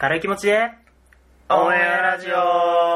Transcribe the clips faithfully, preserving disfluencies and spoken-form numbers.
軽い気持ちでオンエアラジオ。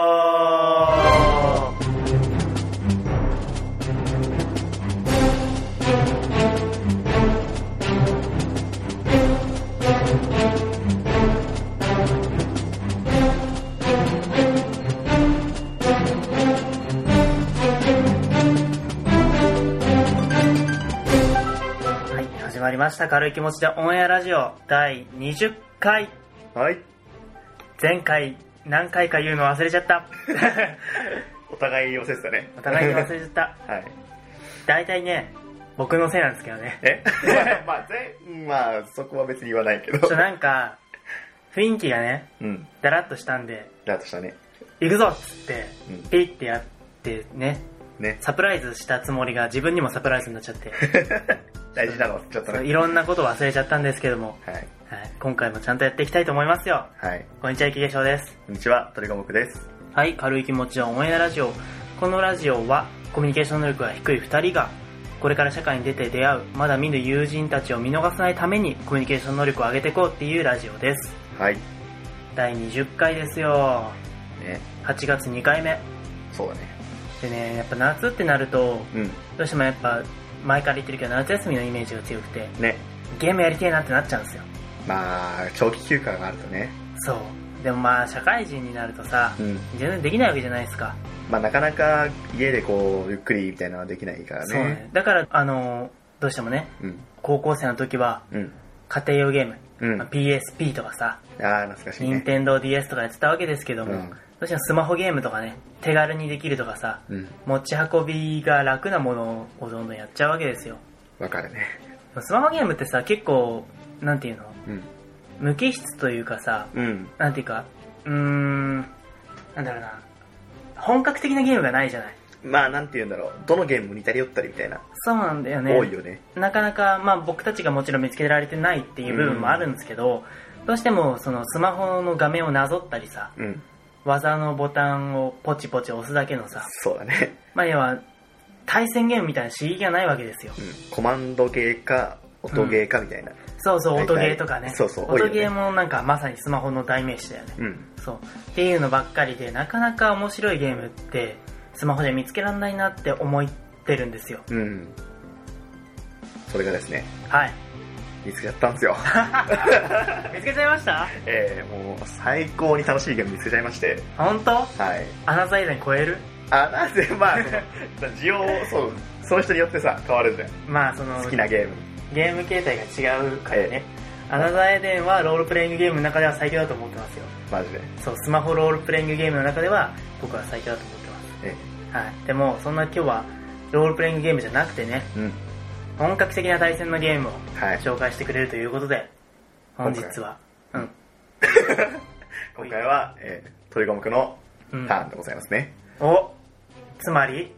はい、始まりました。軽い気持ちでオンエアラジオだいにじゅっかい。 はい。 前回何回か言うの忘れちゃったお互い忘れてたね。 お互いに忘れちゃったはい。 大体ね、僕のせいなんですけどね。 えまあ、ぜまあ、そこは別に言わないけど。 ちょなんか雰囲気がね、 うん。 だらっとしたんで、 だとしたね。 行くぞっつって、 うん、 ピッてやってね、 ね。 サプライズしたつもりが自分にもサプライズになっちゃって大事なのちょっとね。 いろんなこと忘れちゃったんですけども、 はい。はい、 今回もちゃんとやっていきたいと思いますよ。 はい。 こんにちは、池化粧です。 こんにちは、鳥五目です。 はい、軽い気持ちはオンエアラジオ。このラジオはコミュニケーション能力が低いふたりがこれから社会に出て出会うまだ見ぬ友人たちを見逃さないためにコミュニケーション能力を上げていこうっていうラジオです。 はい。 だいにじゅっかいですよ。 ね。 はちがつにかいめ。 そうだね。でね、やっぱ夏ってなると、 うん、 どうしてもやっぱ前から言ってるけど夏休みのイメージが強くて、 ね。 ゲームやりてえなってなっちゃうんですよ。 まあ、長期休暇があるとね。 そう。でもまあ社会人になるとさ、 うん、 全然できないわけじゃないですか。 まあなかなか家でこうゆっくりみたいなのはできないからね。 そうね。だからあのどうしてもね、 うん、 高校生の時は、うん、家庭用ゲーム、うんまあ、ピーエスピー とかさ、 あ懐かしいね。 ニンテンドー ディーエス とかやってたわけですけども、うん、どうしてもスマホゲームとかね、手軽にできるとかさ、うん、持ち運びが楽なものをどんどんやっちゃうわけですよ。 わかるね。 スマホゲームってさ、結構なんていうの、うん、無機質というかさ、うん、なんていうか、うーん、なんだろうな、本格的なゲームがないじゃない。 まあなんて言うんだろう、どのゲームも似たり寄ったりみたいな。 そうなんだよね。 多いよね。 なかなかまあ僕たちがもちろん見つけられてないっていう部分もあるんですけど、うん、どうしてもそのスマホの画面をなぞったりさ、うん、技のボタンをポチポチ押すだけのさ、 そうだね。 まあ要は対戦ゲームみたいな刺激がないわけですよ。うん、 コマンドゲーか音ゲーかみたいな。うん、 そうそう、音ゲーとかね。 そうそう、 音ゲーもなんかまさにスマホの代名詞だよね。うん、そうっていうのばっかりで、なかなか面白いゲームってスマホで見つけられないなって思ってるんですよ。うん。 それがですね。 はい。 見つけちゃったんですよ。 見つけちゃいました？ ええー、もう最高に楽しいゲーム見つけちゃいまして。 本当？ はい。 アナザーエデン超える？ あ、なんで、まあ、需要、そう、その人によってさ、変わるじゃん。 まあ、その、 好きなゲーム。 ゲーム形態が違うからね。えー、アナザーエデンはロールプレイングゲームの中では最強だと思ってますよ。 マジで？ そう、スマホロールプレイングゲームの中では僕は最強だと思ってます。えー、はい。でも、そんな今日はロールプレイングゲームじゃなくてね、うん、本格的な対戦のゲームを紹介してくれるということで、はい、本日は、うん。 今回は、えー、鳥五目のターンでございますね。 うん、おつまり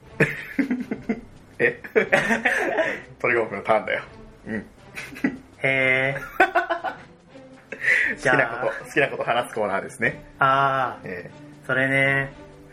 え鳥五目のターンだよ。うん。 へー。好きなこと、好きなこと話すコーナーですね。 あー、えー、それね。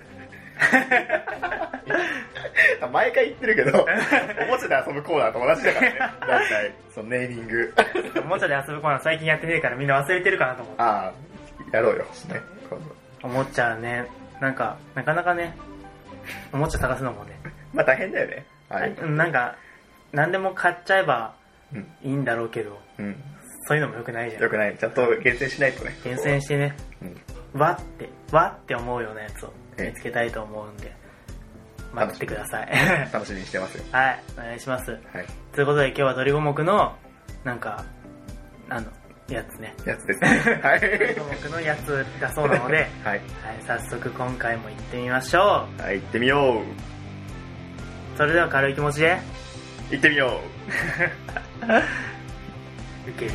毎回言ってるけど、おもちゃで遊ぶコーナーと同じだからね。だいたい、そのネーミング。 おもちゃで遊ぶコーナー最近やってねえからみんな忘れてるかなと思って。 ああ、やろうよ。ね、 おもちゃね、なんか、なかなかね、おもちゃ探すのもね。 まあ大変だよね。 はい。なんか、何でも買っちゃえばいいんだろうけど、うん、そういうのも良くないじゃん。 良くない。ちゃんと厳選しないとね。 厳選してね、うん、わって、わって思うようなやつを見つけたいと思うんで、待ってください。 楽しみにしてますよ。 はい、お願いします。はい。ということで今日は鳥五目の、なんか、あの、やつね。 やつですね。はい。 鳥五目のやつだそうなので、はい、はい。早速今回も行ってみましょう。はい、行ってみよう。 それでは軽い気持ちで、 行ってみよう。ウケる。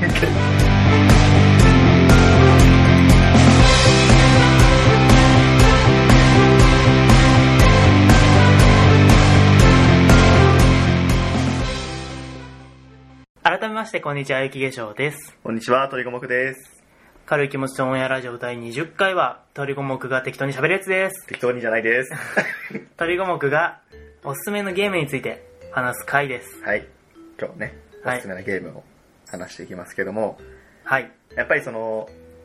改めましてこんにちは、雪化粧です。 こんにちは、鳥五目です。 軽い気持ちとオンエアラジオだいにじゅっかいは鳥五目が適当に喋るやつです。 適当にじゃないです。 鳥五目がおすすめのゲームについて話す回です。 はい。今日ね、おすすめのゲームを話していきますけども、 はい。 やっぱりその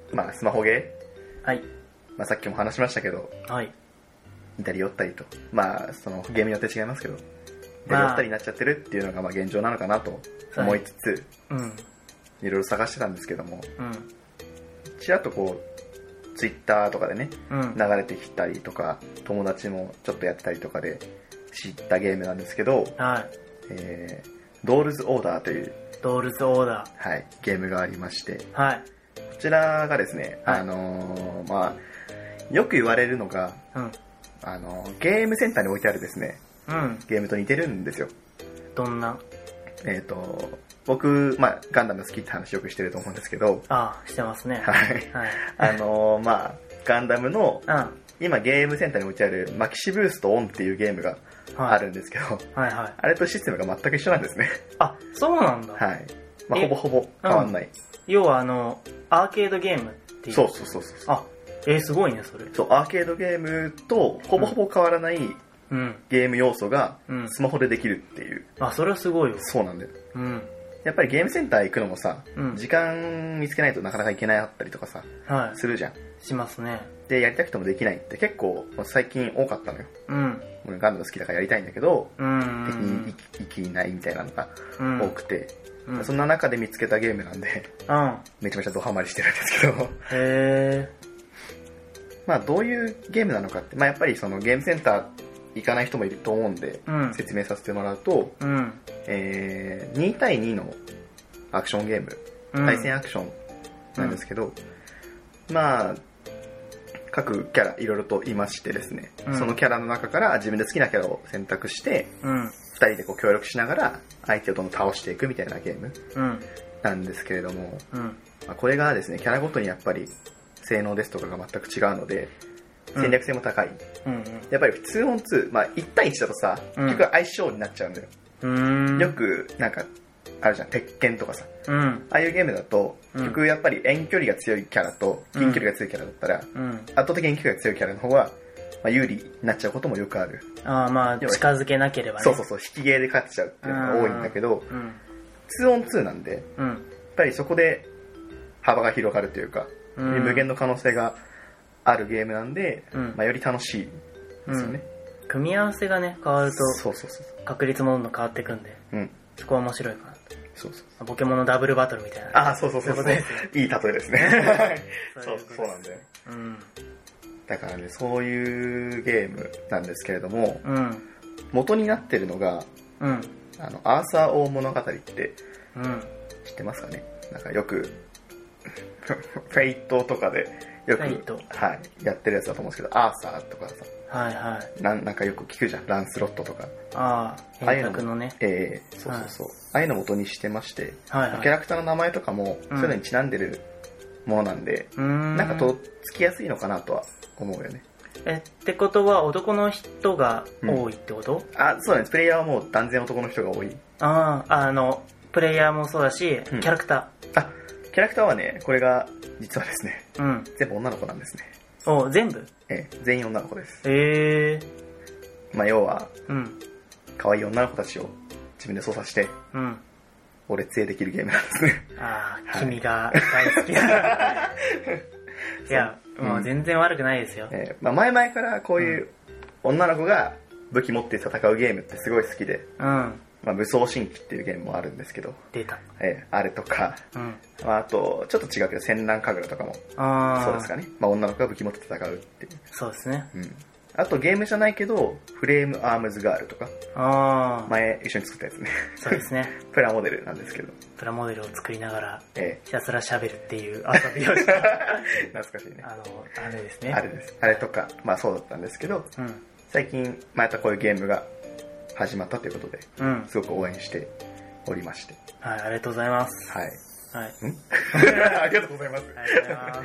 まあスマホゲー、はい。 まあさっきも話しましたけど、 はい。 似たり寄ったりと、まあそのゲームによって違いますけど、似たり寄ったりになっちゃってるっていうのがまあ現状なのかなと思いつつ、 うん。 いろいろ探してたんですけども、 うん。 ちらっとこう、ツイッターとかでね、 うん、 流れてきたりとか、友達もちょっとやってたりとかで知ったゲームなんですけど、 はい。 えー、ドールズオーダーという、 ドールズオーダー。はい、ゲームがありまして、 はい。 こちらがですね、 はい、 あのー、まあ、よく言われるのが、 うん、 あのー、ゲームセンターに置いてあるですね、 うん、 ゲームと似てるんですよ。 どんな？ えっ、ー、と、僕、まあ、ガンダム好きって話よくしてると思うんですけど、 ああ、してますね。 はい。はい、あのー、まあ、ガンダムの、うん、今ゲームセンターに置いてあるマキシブーストオンっていうゲームがあるんですけど、 はいはいはい、 あれとシステムが全く一緒なんですね。 あ、そうなんだ。 はい。まあ、ほぼほぼ変わんない。うん、 要はあの、アーケードゲームっていう。 そうそうそうそう。 あ、えー、すごいね、それ。 そう、アーケードゲームとほぼほぼ変わらない、うん、ゲーム要素がスマホでできるっていう。 うん、あ、それはすごいよ。 そうなんだよ。 うん。 やっぱりゲームセンター行くのもさ、うん、時間見つけないとなかなか行けないあったりとかさ、はい、するじゃん。 しますね。 で、やりたくてもできないって結構最近多かったのよ。うん。俺ガンダム好きだからやりたいんだけど、うん。敵に行きないみたいなのが多くて、うん、そんな中で見つけたゲームなんで、うん。めちゃめちゃドハマりしてるんですけど。へー。まあどういうゲームなのかって、まあやっぱりそのゲームセンター行かない人もいると思うんで、うん、説明させてもらうと、うん、えー、に対にのアクションゲーム、うん、対戦アクションなんですけど、うん、まあ各キャラいろいろといましてですね、うん、そのキャラの中から自分で好きなキャラを選択して、うん、ふたりでこう協力しながら相手をどんどん倒していくみたいなゲームなんですけれども、うんまあ、これがですねキャラごとにやっぱり性能ですとかが全く違うので戦略性も高い、うんうんうん、やっぱりツーオンツー、まあ、いち対いちだとさ、うん、結局相性になっちゃうんだよ。うーんよくなんかあるじゃん、鉄拳とかさ、うん、ああいうゲームだと、うん、結局やっぱり遠距離が強いキャラと近距離が強いキャラだったら、うん、圧倒的に遠距離が強いキャラの方が、まあ、有利になっちゃうこともよくある。 ああ、まあ近づけなければね。 そうそうそう、引きゲーで勝っちゃうっていうのが多いんだけど、うん、ツーオンツーなんで、うん、やっぱりそこで幅が広がるというか、うん、無限の可能性があるゲームなんで、うんまあ、より楽しいですよね、 うん、組み合わせがね変わるとそうそうそう確率もどんどん変わっていくんで、うん、そこは面白いかなと。そうそうポケモンのダブルバトルみたいな。 あそうそうそうそう、いい例えですねそうそうなんで、うん、だからねそういうゲームなんですけれども、うん、元になってるのが、うん、あのアーサー王物語って、うん、知ってますかね。なんかよくフェイトとかでよく、はい、やってるやつだと思うんですけど、アーサーとかさ、はいはい、な, なんかよく聞くじゃん、ランスロットとか。ああ、変革のね。ええー、そうそうそう、はい、ああいうの元にしてまして、はいはい、キャラクターの名前とかもそういうのにちなんでるものなんで、うん、なんかとっつきやすいのかなとは思うよね。 えってことは男の人が多いってこと？ うん、あ、そうなんです。プレイヤーはもう断然男の人が多い。 ああ、あのプレイヤーもそうだし、うん、キャラクター。あ、キャラクターはね、これが実はですね、うん、全部女の子なんですね。 お、全部？ ええ、全員女の子です。 へえ。 まあ要は、うん、可愛い女の子たちを自分で操作して、うん、を列影できるゲームなんですね。 ああ、はい、君が大好きな。いや、もう全然悪くないですよ。 ええ、まあ前々からこういう女の子が武器持って戦うゲームってすごい好きで、うん。まあ、武装神器っていうゲームもあるんですけど、 出た、 えー、あれとか、うんまあ、あとちょっと違うけど戦乱神楽とかもあそうですかね、まあ、女の子が武器持って戦うっていう。 そうですね、うん、 あとゲームじゃないけどフレームアームズガールとかあ前一緒に作ったやつね。 そうですねプラモデルなんですけど、 プラモデルを作りながら、えー、ひたすら喋るっていう遊びをした懐かしいね。 あのあれですね、 あれです、あれとかまあそうだったんですけど、うん、最近またこういうゲームが始まったということで、うん、すごく応援しておりまして。 はい、ありがとうございます。 はい。 はい。 んありがとうございます。 ありがとうございます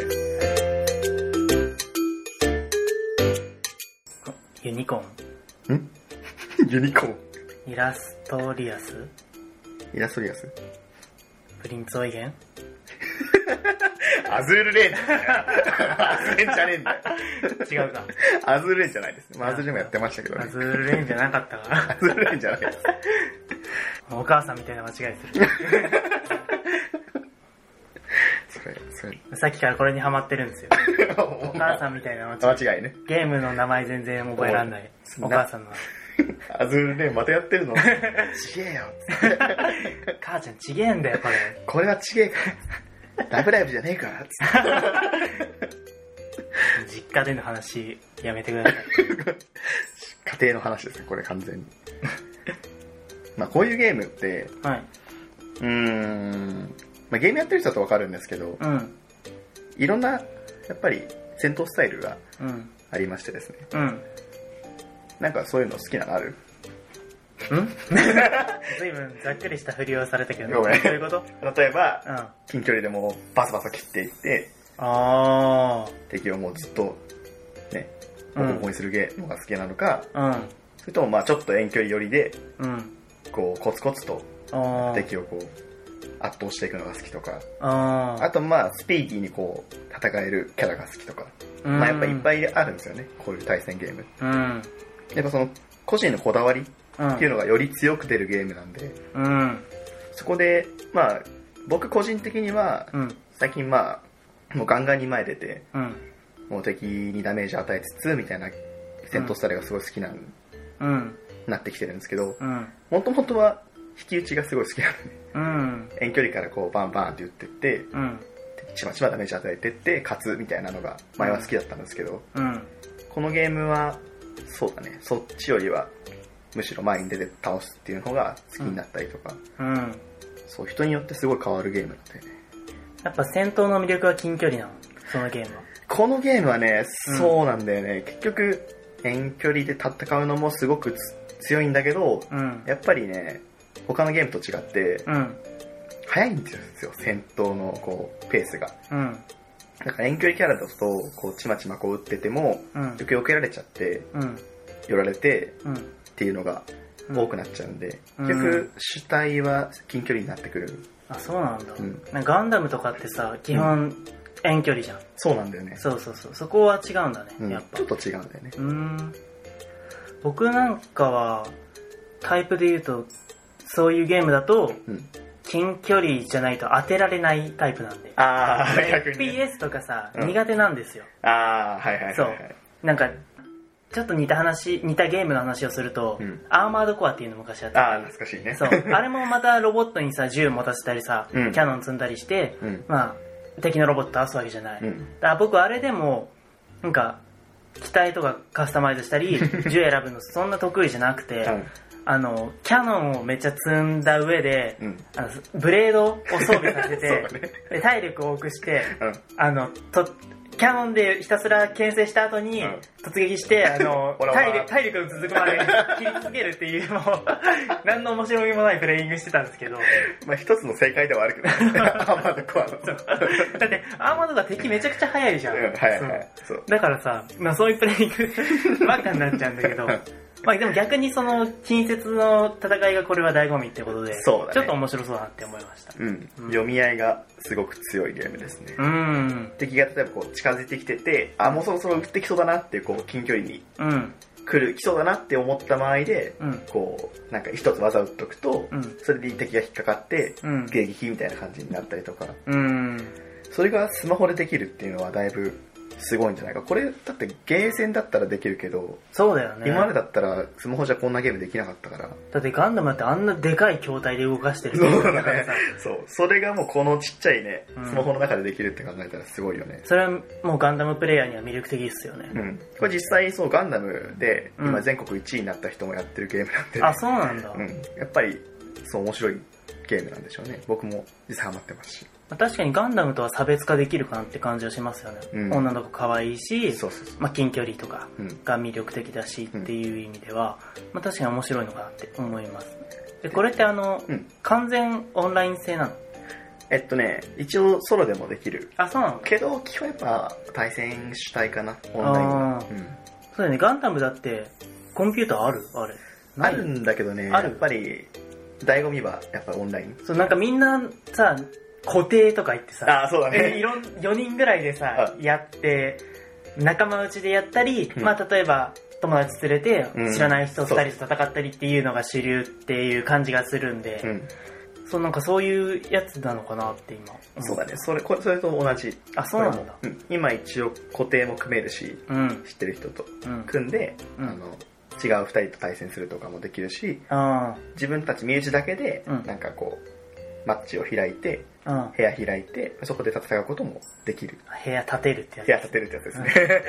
。はい、ユニコーン。 んユニコーン。 イラストリアスイラストリアスプリンツオイゲンアズールレーンアズールレーンじゃねえんだよ。 違うか。 アズールレーンじゃないです。まあ、アズールレーンもやってましたけどね。 アズールレーンじゃなかったから。 アズールレーンじゃないです。 お母さんみたいな間違いする。 それそれさっきからこれにハマってるんですよ。お母さんみたいな間違いね。 ゲームの名前全然覚えらんないお母さんのアズールレーンまたやってるのちげえよ母ちゃんちげえんだよこれこれはちげえからラブライブじゃねえから実家での話やめてください家庭の話ですねこれ完全にまあこういうゲームって、はい、うーん、まあ、ゲームやってる人だと分かるんですけど、うん、いろんなやっぱり戦闘スタイルがありましてですね、うん、なんかそういうの好きなのある？ん随分ざっくりした振りをされたけど、 ごめん。 どういうこと？ 例えば、うん、近距離でもバサバサ切っていってあ敵をもうずっとねボコボコにするゲームが好きなのか、うん、それともまあちょっと遠距離寄りで、うん、こうコツコツと敵をこう圧倒していくのが好きとか あ, あとまあスピーディーにこう戦えるキャラが好きとか、うん、まあやっぱいっぱいあるんですよねこういう対戦ゲーム、うん、やっぱその個人のこだわりっていうのがより強く出るゲームなんで、うん、そこでまあ僕個人的には、うん、最近まあもうガンガンに前出て、うん、もう敵にダメージ与えつつみたいな戦闘スタイルがすごい好きな、うん、なってきてるんですけど、もともとは引き打ちがすごい好きなんで、うん、遠距離からこうバンバンって打ってって、うん、ちまちまダメージ与えてって勝つみたいなのが前は好きだったんですけど、うん、このゲームはそうだねそっちよりはむしろ前に出て倒すっていう方が好きになったりとか、うん、そう人によってすごい変わるゲームなんでね。 やっぱ戦闘の魅力は近距離なのそのゲームは。 このゲームはねそうなんだよね、うん、結局遠距離で戦うのもすごく強いんだけど、うん、やっぱりね他のゲームと違って、うん、速いんですよ戦闘のこうペースが、うん、だから遠距離キャラだとこうちまちまこう打ってても、うん、よく避けられちゃって、うん、寄られて、うん、っていうのが多くなっちゃうんで、うん、結局主体は近距離になってくる。 あそうなんだ、うん、なんかガンダムとかってさ基本遠距離じゃん、うん、 そうなんだよね。 そうそうそうそこは違うんだね、うん、やっぱちょっと違うんだよね。 うん僕なんかはタイプで言うとそういうゲームだと、うん、近距離じゃないと当てられないタイプなんで。ああ、エフピーエス とかさ、うん、苦手なんですよ。 ああ、はいはいはい、はい。 そう。なんか、ちょっと似た話、似たゲームの話をすると、うん、アーマードコアっていうの昔あって。 ああ、懐かしいね。 そう。あれもまたロボットにさ、銃持たせたりさ、うん、キャノン積んだりして、うん、まあ、敵のロボット倒すわけじゃない。うん、だから僕あれでも、なんか、機体とかカスタマイズしたり、銃選ぶのそんな得意じゃなくて、うんあのキャノンをめっちゃ積んだ上で、うん、あのブレードを装備させて、ね、で体力を多くして、うん、あのとキャノンでひたすら牽制した後に、うん、突撃してあの体力体力の続くまで切り続けるっていうもう何の面白みもないプレイングしてたんですけどまあ一つの正解ではあるけど、ね、アーマードコアのだってアーマードが敵めちゃくちゃ速いじゃん、うん、 はいはいそうだからさ、まあ、そういうプレイングばっかになっちゃうんだけどまあでも逆にその近接の戦いがこれは醍醐味ってことで、そうだね、ちょっと面白そうだなって思いました。 うん。うん、読み合いがすごく強いゲームですね。うん。敵が例えばこう近づいてきてて、あ、もうそろそろ撃ってきそうだなってこう近距離に来る、来そうだなって思った場合で、うん、こうなんか一つ技を打っとくと、うん、それで敵が引っかかって、うん、迎撃みたいな感じになったりとか、うん。それがスマホでできるっていうのはだいぶすごいんじゃないか。これだってゲーセンだったらできるけど、 そうだよね。 今までだったらスマホじゃこんなゲームできなかったから。 だってガンダムってあんなでかい筐体で動かしてるそうだね。そう。それがもうこのちっちゃいね、うん、スマホの中でできるって考えたらすごいよね。 それはもうガンダムプレイヤーには魅力的ですよね。 うん。これ実際そうガンダムで今全国いちいになった人もやってるゲームなんで、ね、 あ、そうなんだ。 うん。やっぱりそう面白いゲームなんでしょうね。僕も実際ハマってますし。 確かにガンダムとは差別化できるかなって感じはしますよね、うん、女の子可愛いし、そうそうそう、まあ、近距離とかが魅力的だしっていう意味では、まあ、確かに面白いのかなって思います。でこれってあの、うん、完全オンライン制なの？ えっとね一応ソロでもできる。 あ、そうなの？ けど基本やっぱ対戦主体かな、オンラインは。うん、 そうだね。ガンダムだってコンピューターある？あれあるんだけどね、やっぱり醍醐味はやっぱオンライン。 そう、なんかみんなさ固定とか言ってさ、 あ、そうだね、 いろんよにんぐらいでさやって仲間内でやったり、うん、まあ例えば友達連れて知らない人ふたりと戦ったりっていうのが主流っていう感じがするんで、うん、 そう、なんかそういうやつなのかなって今。 そうだね、それ、これ、それと同じ。 あ、そうなんだ。 うん、今一応固定も組めるし、うん、知ってる人と組んで、うん、あの、違う二人と対戦するとかもできるし、あ自分たち身内だけで、なんかこう、マッチを開いて、うん、部屋開いて、そこで戦うこともできる。 部屋建てるってやつ、 部屋建てるってやつですね。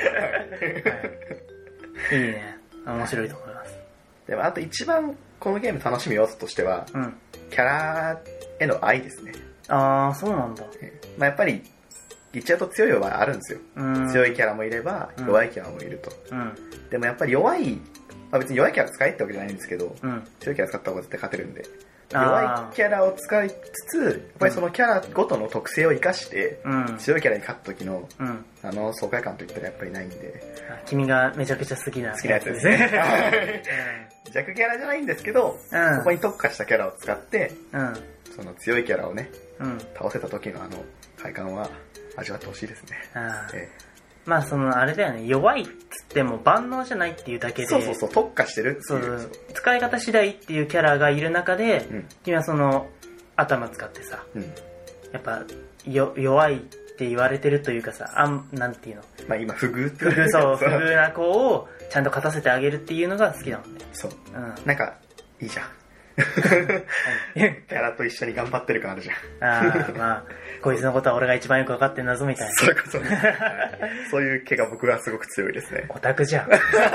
はい、いいね。面白いと思います。 でもあと一番このゲーム楽しむ要素としては、うん、キャラへの愛ですね。 ああ、そうなんだ。 まあ、やっぱり言っちゃうと強い弱いあるんですよ。強いキャラもいれば弱いキャラもいると。うん、でもやっぱり弱い、まあ、別に弱いキャラ使えってわけじゃないんですけど、うん、強いキャラ使った方が絶対勝てるんで。弱いキャラを使いつつ、やっぱりそのキャラごとの特性を生かして、うん、強いキャラに勝った時の、うん、あの爽快感といったらやっぱりないんで。 君がめちゃくちゃ好きな好きなやつですね。弱キャラじゃないんですけど、うん、ここに特化したキャラを使って、うん、その強いキャラをね、うん、倒せた時のあの快感は味わってほしいですね。あええまあそのあれだよね、弱いっつっても万能じゃないっていうだけで、 そうそうそう、特化してるっていう、 そう使い方次第っていうキャラがいる中で、うん、君はその頭使ってさ、うん、やっぱよ弱いって言われてるというかさ、あんなんていうの、 まあ今不遇って不遇そう不遇な子をちゃんと勝たせてあげるっていうのが好きだもんね。 そう、うん、なんかいいじゃん。キャラと一緒に頑張ってる感あるじゃん。 ああ、まあこいつのことは俺が一番よく分かってんだぞみたいな。 そういうことね。そういう気が僕はすごく強いですね。 オタクじゃん。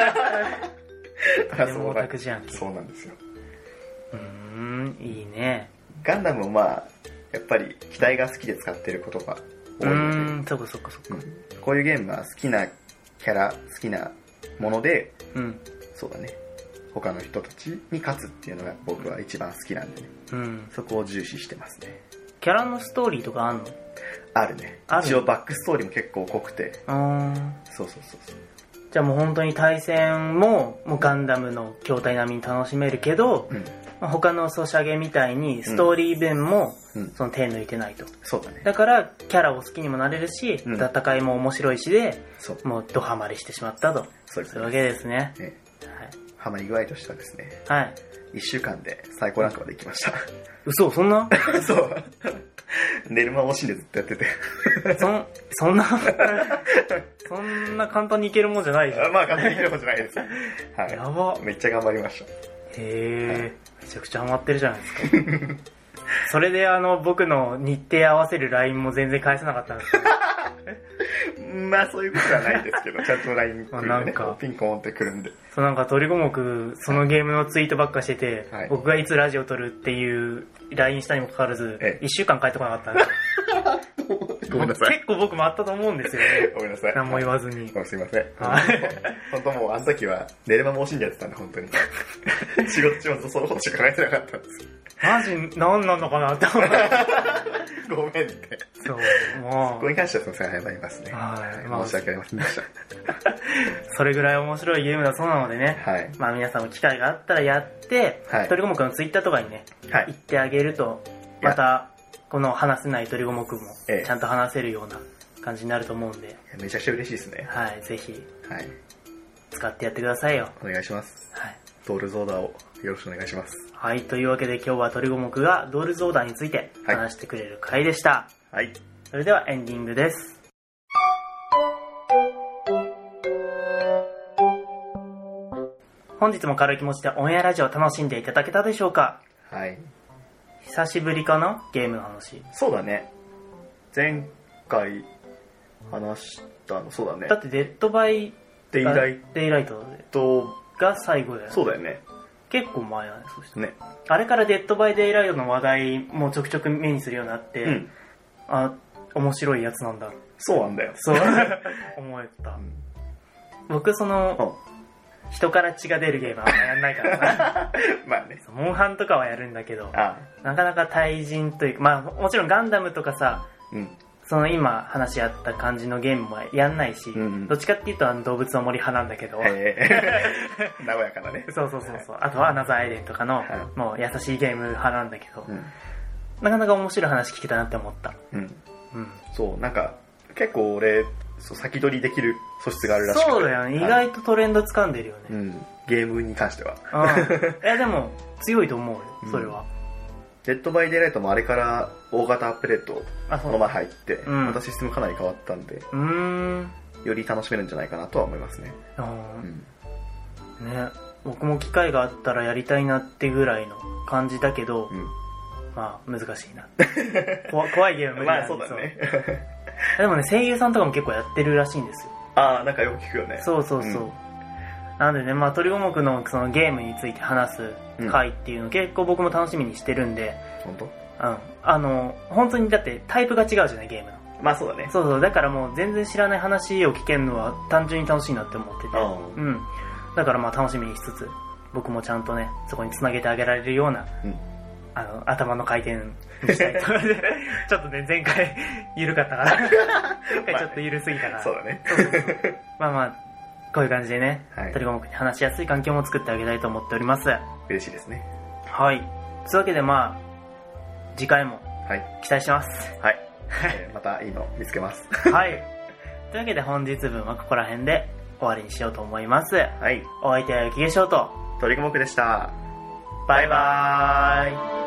とてもオタクじゃん。 そうなんですよ。 うーん、いいね。 ガンダムもまあやっぱり機体が好きで使ってることが多いので、うーん、そっかそっかそっか、うん。 こういうゲームは好きなキャラ、好きなもので、うん、そうだね。他の人たちに勝つっていうのが僕は一番好きなんでね、うん、そこを重視してますね。 キャラのストーリーとかあんの？ あるね。ある。一応バックストーリーも結構濃くて、うん、そうそうそうそう。 じゃあもう本当に対戦ももうガンダムの筐体並みに楽しめるけど、うんまあ、他のソシャゲみたいにストーリー弁もその手抜いてないと、うんうん、 そうだね。 だからキャラを好きにもなれるし、うん、戦いも面白いしで、もうドハマりしてしまったと、そういうわけですね。ね、 はい、ハマり具合としてはですね、はい、いっしゅうかんで最高ランクまで行きました。 嘘、そんな？ そう。寝る間惜しんでずっとやってて。 そん、そんなそんな簡単にいけるもんじゃないじゃん。 まあ簡単にいけるもんじゃないです。はい。 やば。 めっちゃ頑張りました。 へー、はい、めちゃくちゃハマってるじゃないですか。それであの僕の日程合わせる ライン も全然返せなかったんですけど。 まあそういうことはないですけど、ちゃんと ライン 来るんで、ね、なんかピンコンってくるんで。 そうなんか鳥五目そのゲームのツイートばっかしてて、はい、僕がいつラジオ撮るっていう ライン したにもかかわらず、ええ、いっしゅうかん帰ってこなかったんですよ。ごめんなさい。結構僕もあったと思うんですよね。 ごめんなさい。 何も言わずに。 すいません。本当もうあの時は寝ればもう死んでやってたんで、本当に。仕事中もそのことしか考えてなかったんですよ。 マジ何なのかなって思って。 ごめんって。そう、もう。そこに関してはすみません、謝りますね。はい。まあ、申し訳ありませんでした。 それぐらい面白いゲームだそうなのでね。はい。まあ皆さんも機会があったらやって、はい。鳥五目のツイッターとかにね、はい。行ってあげると、また、この話せない鳥五目も、ちゃんと話せるような感じになると思うんで。 めちゃくちゃ嬉しいですね。 はい、ぜひ。はい。使ってやってくださいよ。 お願いします。はい。ドールズオーダーをよろしくお願いします。 はい、というわけで今日は鳥五目がドールズオーダーについて話してくれる回でした。はい。それではエンディングです。本日も軽い気持ちでオンエアラジオを楽しんでいただけたでしょうか？はい。久しぶりかな？ゲームの話。 そうだね。前回話したの、そうだね。 だってデッドバイデイライト。 デイライトとが最後だよね。 そうだよね。 結構前だね、そしてね。あれからデッドバイデイライトの話題もちょくちょく目にするようになって、うん、あ、面白いやつなんだ。 そうなんだよ。 そう思えた。うん、僕その、うん、人から血が出るゲームはあんまやんないからさ。まあね。モンハンとかはやるんだけど、ああなかなか対人というか、まあもちろんガンダムとかさ、うん、その今話し合った感じのゲームもやんないし、うんうん、どっちかっていうとあの動物の森派なんだけど、 和やかなね。 そうそうそうそう。あとはアナザーアイレンとかの、はい、もう優しいゲーム派なんだけど、うん、なかなか面白い話聞けたなって思った。うん。うん、 そう、なんか結構俺そう先取りできる素質があるらしくて。 そうだよね。意外とトレンド掴んでるよね。 うん。ゲームに関しては。 うん。いやでも強いと思うよ。それは。 デッドバイデイライトもあれから大型アップデートこの前入って、うん、またシステムかなり変わったんで、うーん、より楽しめるんじゃないかなとは思いますね。あ、 うん、ね、僕も機会があったらやりたいなってぐらいの感じだけど、うん、まあ難しいな怖, 怖いゲーム無理なんで。 まあそうだねでもね、声優さんとかも結構やってるらしいんですよ。 ああ、なんかよく聞くよね。 そうそうそう、うん、なのでね、まあ鳥五目のそのゲームについて話す回っていうの、うん、結構僕も楽しみにしてるんで。 本当？ うん、あの本当にだってタイプが違うじゃない、ゲームの。 まあそうだね。 そうそう、だからもう全然知らない話を聞けるのは単純に楽しいなって思ってて、うん、だからまあ楽しみにしつつ、僕もちゃんとねそこにつなげてあげられるような、うん、あの頭の回転にしたいとちょっとね前回緩かったから前回ちょっと緩すぎたから、 まあ、そうだね。 そうそうそう、まあまあこういう感じでね、はい、鳥五目に話しやすい環境も作ってあげたいと思っております。 嬉しいですね。 はい。というわけでまあ次回も期待してます。 はい。えー、またいいの見つけます。 はい。というわけで本日分はここら辺で終わりにしようと思います。 はい。 お相手は雪化粧と鳥五目でした。 バイバーイ。